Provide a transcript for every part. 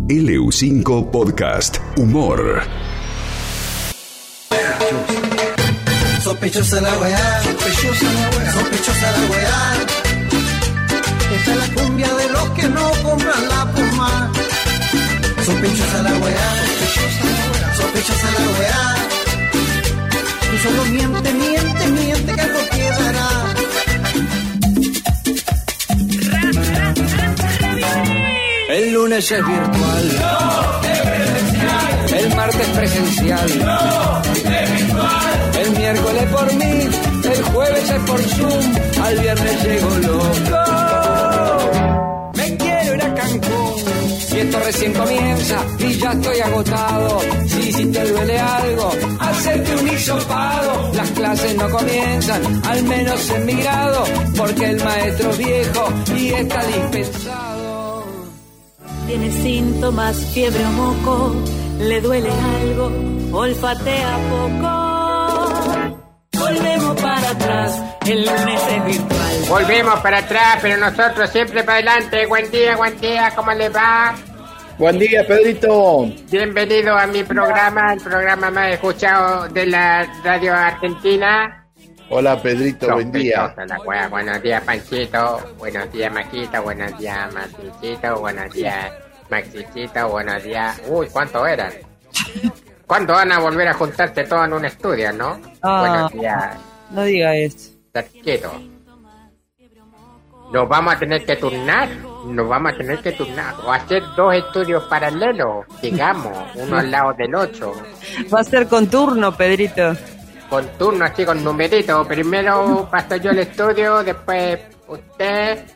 LU5 Podcast Humor. Sospechosa la weá, sospechosa la weá, sospechosa la weá. Esta es la cumbia de los que no compran la puma. Sospechosa la weá, sospechosa la weá, sospechosa la weá. Tú solo miente, miente, miente que algo quedará. El lunes es virtual. No, es presencial. El martes presencial. No, es virtual. El miércoles por mí. El jueves es por Zoom. Al viernes llego loco. Me quiero ir a Cancún. Y esto recién comienza y ya estoy agotado. Si te duele algo, hacerte un hisopado. Las clases no comienzan, al menos en mi grado, porque el maestro es viejo y está dispensado. Tiene síntomas, fiebre o moco, le duele algo, olfatea poco. Volvemos para atrás, el lunes es virtual. Volvemos para atrás, pero nosotros siempre para adelante. Buen día, ¿cómo les va? Buen día, Pedrito. Bienvenido a mi programa, el programa más escuchado de la radio argentina. Hola, Pedrito, buen día. Buenos días, Panchito. Buenos días, Maquito. Buenos días, Martincito. Buenos días, Maxicito. Buenos días. Uy, ¿cuántos eran? ¿Cuándo van a volver a juntarse todos en un estudio, no? Buenos días. No diga eso. Estás quieto. Nos vamos a tener que turnar. O hacer dos estudios paralelos, digamos, uno al lado del otro. Va a ser con turno, Pedrito. Con turno, así, con numerito. Primero paso yo el estudio, después usted.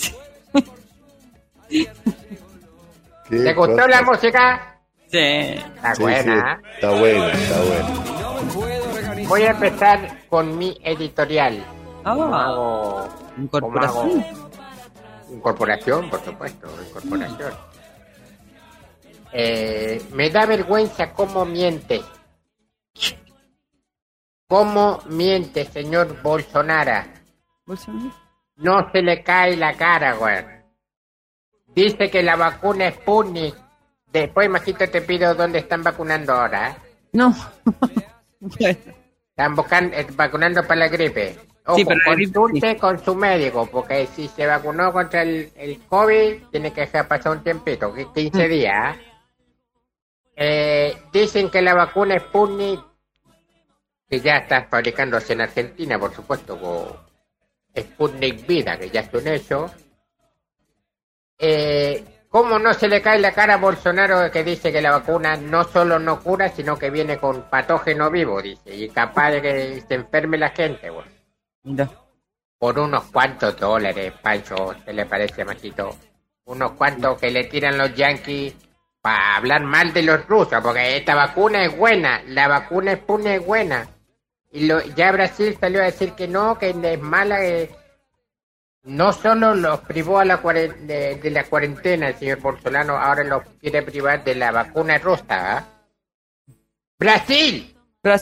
¿Te gustó la música? Sí. Está buena. Sí. Está buena. Voy a empezar con mi editorial. Incorporación. Incorporación, por supuesto, incorporación. Me da vergüenza cómo miente. ¿Cómo miente, señor Bolsonaro? No se le cae la cara, güey. Dice que la vacuna es Sputnik. Después, Majito, te pido dónde están vacunando ahora. No. Están vacunando para la gripe. Ojo, sí, consulte con su médico, porque si se vacunó contra el COVID, tiene que dejar pasar un tiempito, 15 días. Dicen que la vacuna Sputnik, que ya está fabricándose en Argentina, por supuesto, con Sputnik Vida, que ya es un hecho. ¿Cómo no se le cae la cara a Bolsonaro que dice que la vacuna no solo no cura, sino que viene con patógeno vivo, dice, y capaz de que se enferme la gente, güey? No. Por unos cuantos dólares, Pancho, ¿qué le parece, Majito? Unos cuantos que le tiran los yanquis para hablar mal de los rusos, porque esta vacuna es buena, la vacuna Sputnik es buena. Y ya Brasil salió a decir que no, que es mala, no solo los privó de la cuarentena el señor Bolsonaro, ahora los quiere privar de la vacuna rusa, ¿eh? ¡Brasil!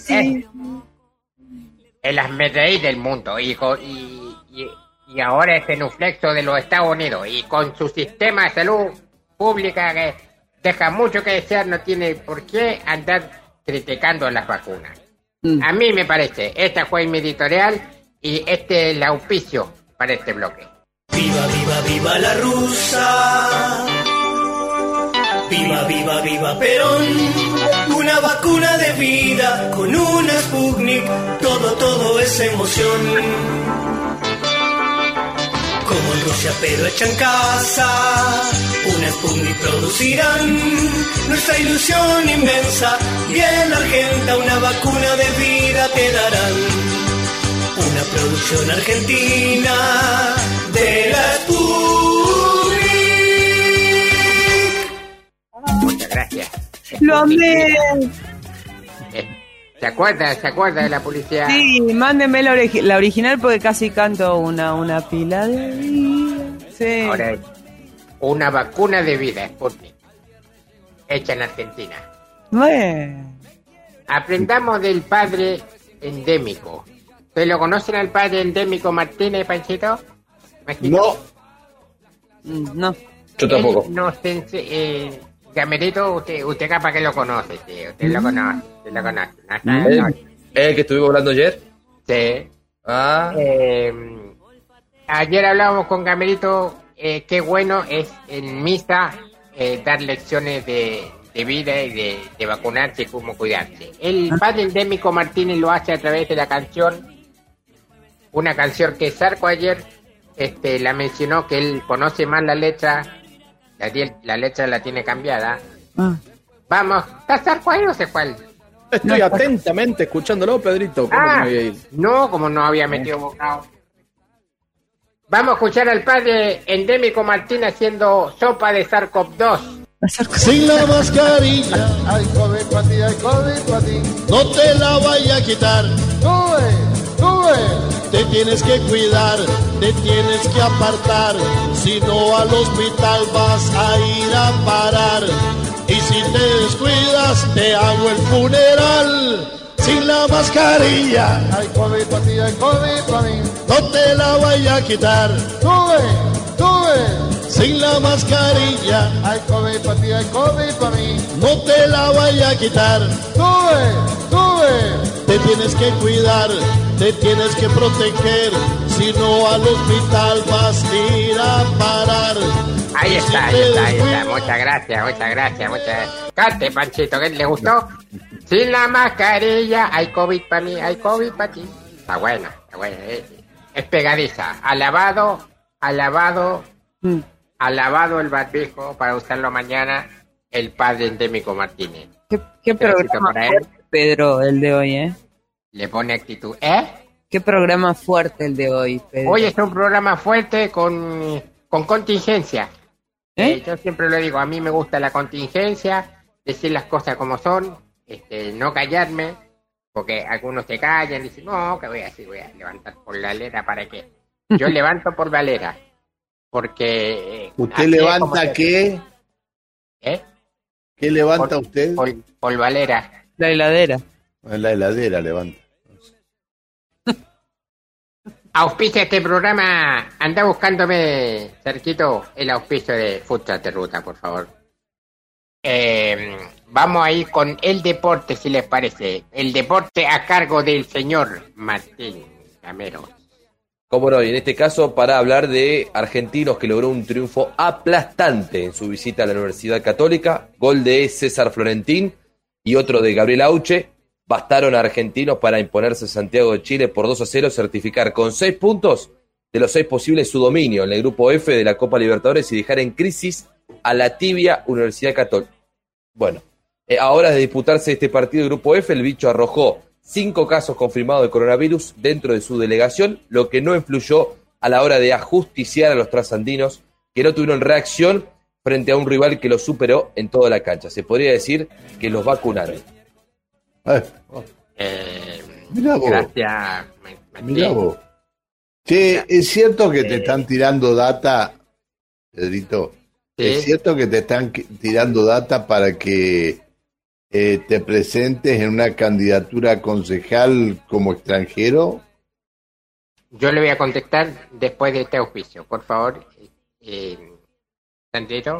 El asmerreír del mundo y ahora es genuflexo de los Estados Unidos y con su sistema de salud pública que deja mucho que desear, no tiene por qué andar criticando las vacunas. A mí me parece, esta fue mi editorial y este es el auspicio para este bloque. Viva, viva, viva la rusa. Viva, viva, viva Perón. Una vacuna de vida con una Sputnik. Todo es emoción. Como en Rusia pero hecha en casa. Una Sputnik producirán. Nuestra ilusión inmensa. Y en Argentina una vacuna de vida te darán. Una producción argentina de la Sputnik. Muchas gracias. Lo amé. ¿Se acuerda de la publicidad? Sí, mándeme la original porque casi canto una pila de vida. Sí. Ahora, una vacuna de vida, Sputnik, hecha en Argentina. Bueno. Aprendamos del padre endémico. ¿Ustedes lo conocen al padre endémico Martínez, Panchito? No. No. Yo tampoco. Él Gamerito, usted capaz que lo conoce, sí, usted lo conoce. ¿El que estuvimos hablando ayer? Sí. Ah. Ayer hablábamos con Gamerito, qué bueno es en misa dar lecciones de vida y de vacunarse y cómo cuidarse. El padre endémico Martínez lo hace a través de la canción, una canción que Zarco ayer la mencionó, que él conoce más la letra, la letra la tiene cambiada. Vamos, ¿está Zarco ahí o no sé cuál? Estoy atentamente escuchándolo, Pedrito. ¿Cómo que me voy a ir? No, como no había metido bocado. Vamos a escuchar al padre endémico Martín haciendo sopa de SARS-CoV-2. Sin la mascarilla, hay COVID para ti, hay COVID para ti. No te la vaya a quitar. Te tienes que cuidar, te tienes que apartar. Si no, al hospital vas a ir a parar. Y si te descuidas, te hago el funeral. Sin la mascarilla, hay COVID para ti, hay COVID para mí. No te la vaya a quitar. Sin la mascarilla, hay COVID para ti, hay COVID para mí. No te la vaya a quitar. Te tienes que cuidar, te tienes que proteger. Si no, al hospital vas a ir a parar. Ahí está. Muchas gracias. Cante, Panchito, ¿qué le gustó? Sin la mascarilla, hay COVID para mí, hay COVID para ti. Está buena. Es pegadiza. Alabado el barbijo para usarlo mañana, el padre endémico Martínez. ¿Qué programa fuerte, Pedro, el de hoy, Le pone actitud. ¿Qué programa fuerte el de hoy, Pedro? Hoy es un programa fuerte con contingencia. Yo siempre lo digo, a mí me gusta la contingencia, decir las cosas como son, no callarme, porque algunos se callan y dicen, no, que voy a levantar por la alera, ¿para qué? Yo levanto por la alera, porque... ¿Usted levanta qué? ¿Qué levanta usted? Por valera. La heladera. La heladera levanta. Auspicia este programa, anda buscándome, Cerquito, el auspicio de Food Truck de Ruta, por favor. Vamos a ir con el deporte, si les parece. El deporte a cargo del señor Martín Gamero. Cómo no, y en este caso para hablar de Argentinos, que logró un triunfo aplastante en su visita a la Universidad Católica. Gol de César Florentín y otro de Gabriel Auche. Bastaron a Argentinos para imponerse Santiago de Chile por 2-0, certificar con 6 puntos de los 6 posibles su dominio en el grupo F de la Copa Libertadores y dejar en crisis a la tibia Universidad Católica. Bueno, a horas de disputarse este partido del grupo F, el bicho arrojó 5 casos confirmados de coronavirus dentro de su delegación, lo que no influyó a la hora de ajusticiar a los trasandinos, que no tuvieron reacción frente a un rival que los superó en toda la cancha. Se podría decir que los vacunaron. Mirá vos. Gracias. Mirá vos. Che, ¿es cierto que te están tirando data, Pedrito? ¿Sí? ¿Es cierto que te están tirando data para que te presentes en una candidatura concejal como extranjero? Yo le voy a contestar después de este auspicio, por favor. Sandrito.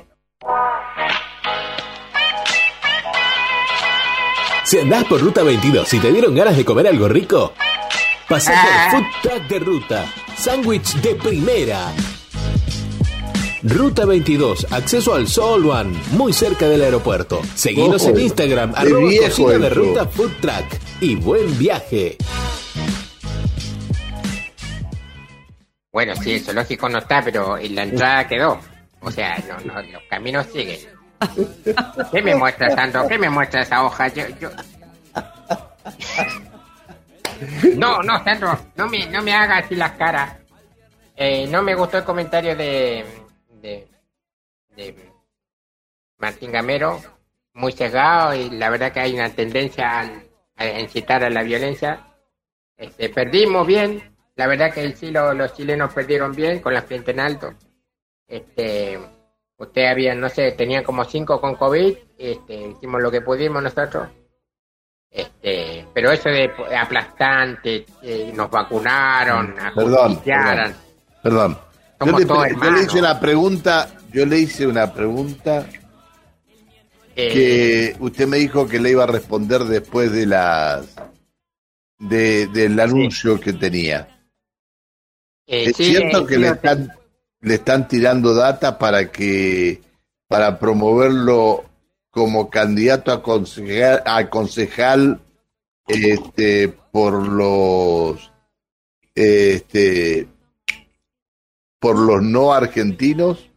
Si andás por Ruta 22 y te dieron ganas de comer algo rico, pasá por Food Truck de Ruta. Sándwich de primera. Ruta 22, acceso al Sol One, muy cerca del aeropuerto. Seguinos en Instagram, @cocina de Ruta Food Truck. Y buen viaje. Bueno, sí, el zoológico no está, pero en la entrada quedó. O sea, no, los caminos siguen. ¿Qué me muestra, Sandro? ¿Qué me muestra esa hoja? Yo... No, Sandro, no me hagas así las caras. No me gustó el comentario de Martín Gamero, muy sesgado, y la verdad que hay una tendencia a incitar a la violencia. Perdimos bien, la verdad que sí, los chilenos perdieron bien con la frente en alto. Ustedes habían, no sé, tenían como 5 con COVID, hicimos lo que pudimos nosotros. Pero eso de aplastante, nos vacunaron, ajusticiaron. Perdón. Yo le hice una pregunta que usted me dijo que le iba a responder después de del anuncio que tenía. ¿Es cierto que le están tirando data para promoverlo como candidato a concejal por los no argentinos?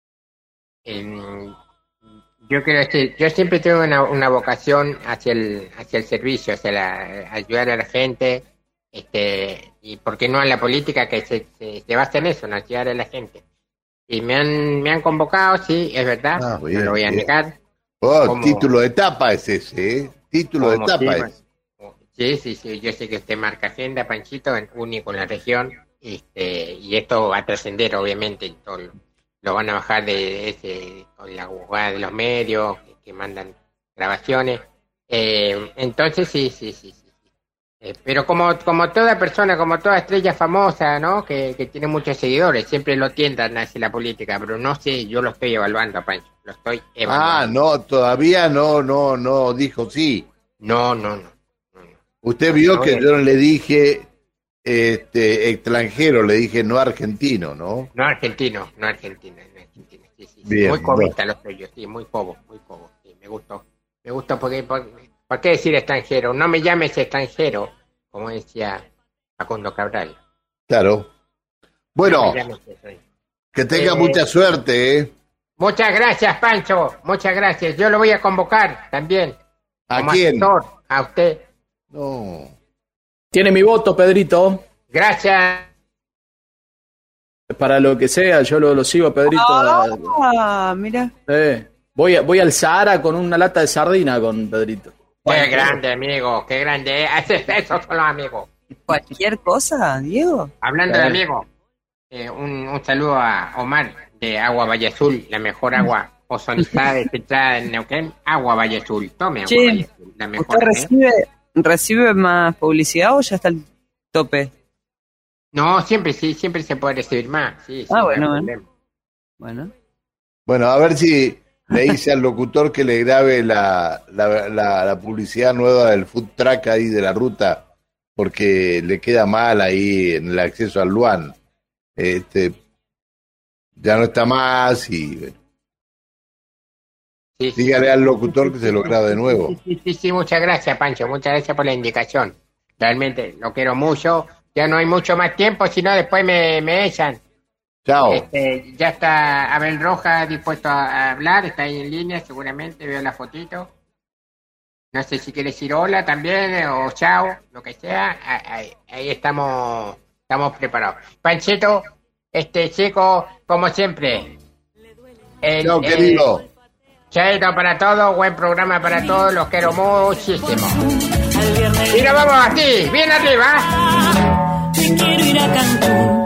Yo creo que yo siempre tengo una vocación hacia el servicio, hacia ayudar a la gente, y por qué no a la política, que se basa en eso, en ayudar a la gente. Y me han convocado, sí, es verdad, bien, no lo voy a negar. Título de etapa es ese, ¿eh? Título de etapa es. Sí, yo sé que usted marca agenda, Panchito, único en la región, y esto va a trascender, obviamente, todo lo van a bajar con la jugada de los medios que mandan grabaciones. Entonces sí. Pero como toda persona, como toda estrella famosa, ¿no? Que tiene muchos seguidores, siempre lo tientan hacia la política, pero no sé, yo lo estoy evaluando, Pancho, lo estoy evaluando. No, todavía no dijo sí. No. Usted vio que yo no le dije extranjero, le dije no argentino, ¿no? No argentino. Sí. Bien, muy cobista lo soy yo, sí, muy cobo, sí, me gustó porque ¿por qué decir extranjero? No me llames extranjero, como decía Facundo Cabral. Claro. Bueno, que tenga mucha suerte, ¿eh? Muchas gracias, Pancho, muchas gracias. Yo lo voy a convocar también. ¿A quién? Asesor, a usted. No. Tiene mi voto, Pedrito. Gracias. Para lo que sea, yo lo sigo, Pedrito. Mira. Voy al Sahara con una lata de sardina con Pedrito. Qué grande, amigo, qué grande. Esos son los amigos. ¿Cualquier cosa, Diego? Hablando de amigos, un saludo a Omar de Agua Valle Azul, la mejor agua ozonizada desechada en Neuquén. Agua Valle Azul, tome Agua Valle Azul, la mejor. ¿Usted recibe más publicidad o ya está al tope? No, siempre se puede recibir más. Sí, Bueno, a ver si le dice al locutor que le grabe la publicidad nueva del food truck ahí de la ruta, porque le queda mal ahí en el acceso al Luan. Ya no está más y bueno. Dígale al locutor que se lo grabe de nuevo. Sí, muchas gracias, Pancho, muchas gracias por la indicación. Realmente lo quiero mucho. Ya no hay mucho más tiempo, si no después me echan. Chao. Ya está Abel Rojas dispuesto a hablar, está ahí en línea, seguramente veo la fotito. No sé si quiere decir hola también, o chao, lo que sea. Ahí estamos preparados. Panchito, chico, como siempre. Chao, querido. Chaito para todos, buen programa para todos, los quiero muchísimo. Y nos vamos así, bien arriba. Te quiero ir a Cancún.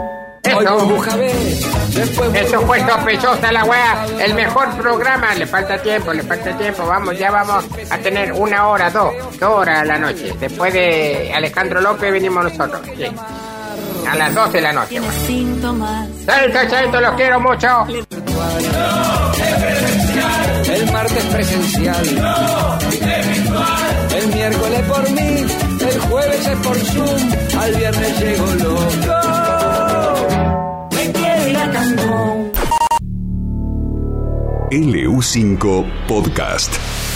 Eso fue sospechosa la weá. El mejor programa. Le falta tiempo. Ya vamos a tener 1 hora, 2 horas a la noche. Después de Alejandro López venimos nosotros. Sí. A las 12 de la noche. Chaito, los quiero mucho. El martes presencial. El miércoles por mí. El jueves es por Zoom. Al viernes llego loco. Me quiero ir a Cancún. LU5 Podcast.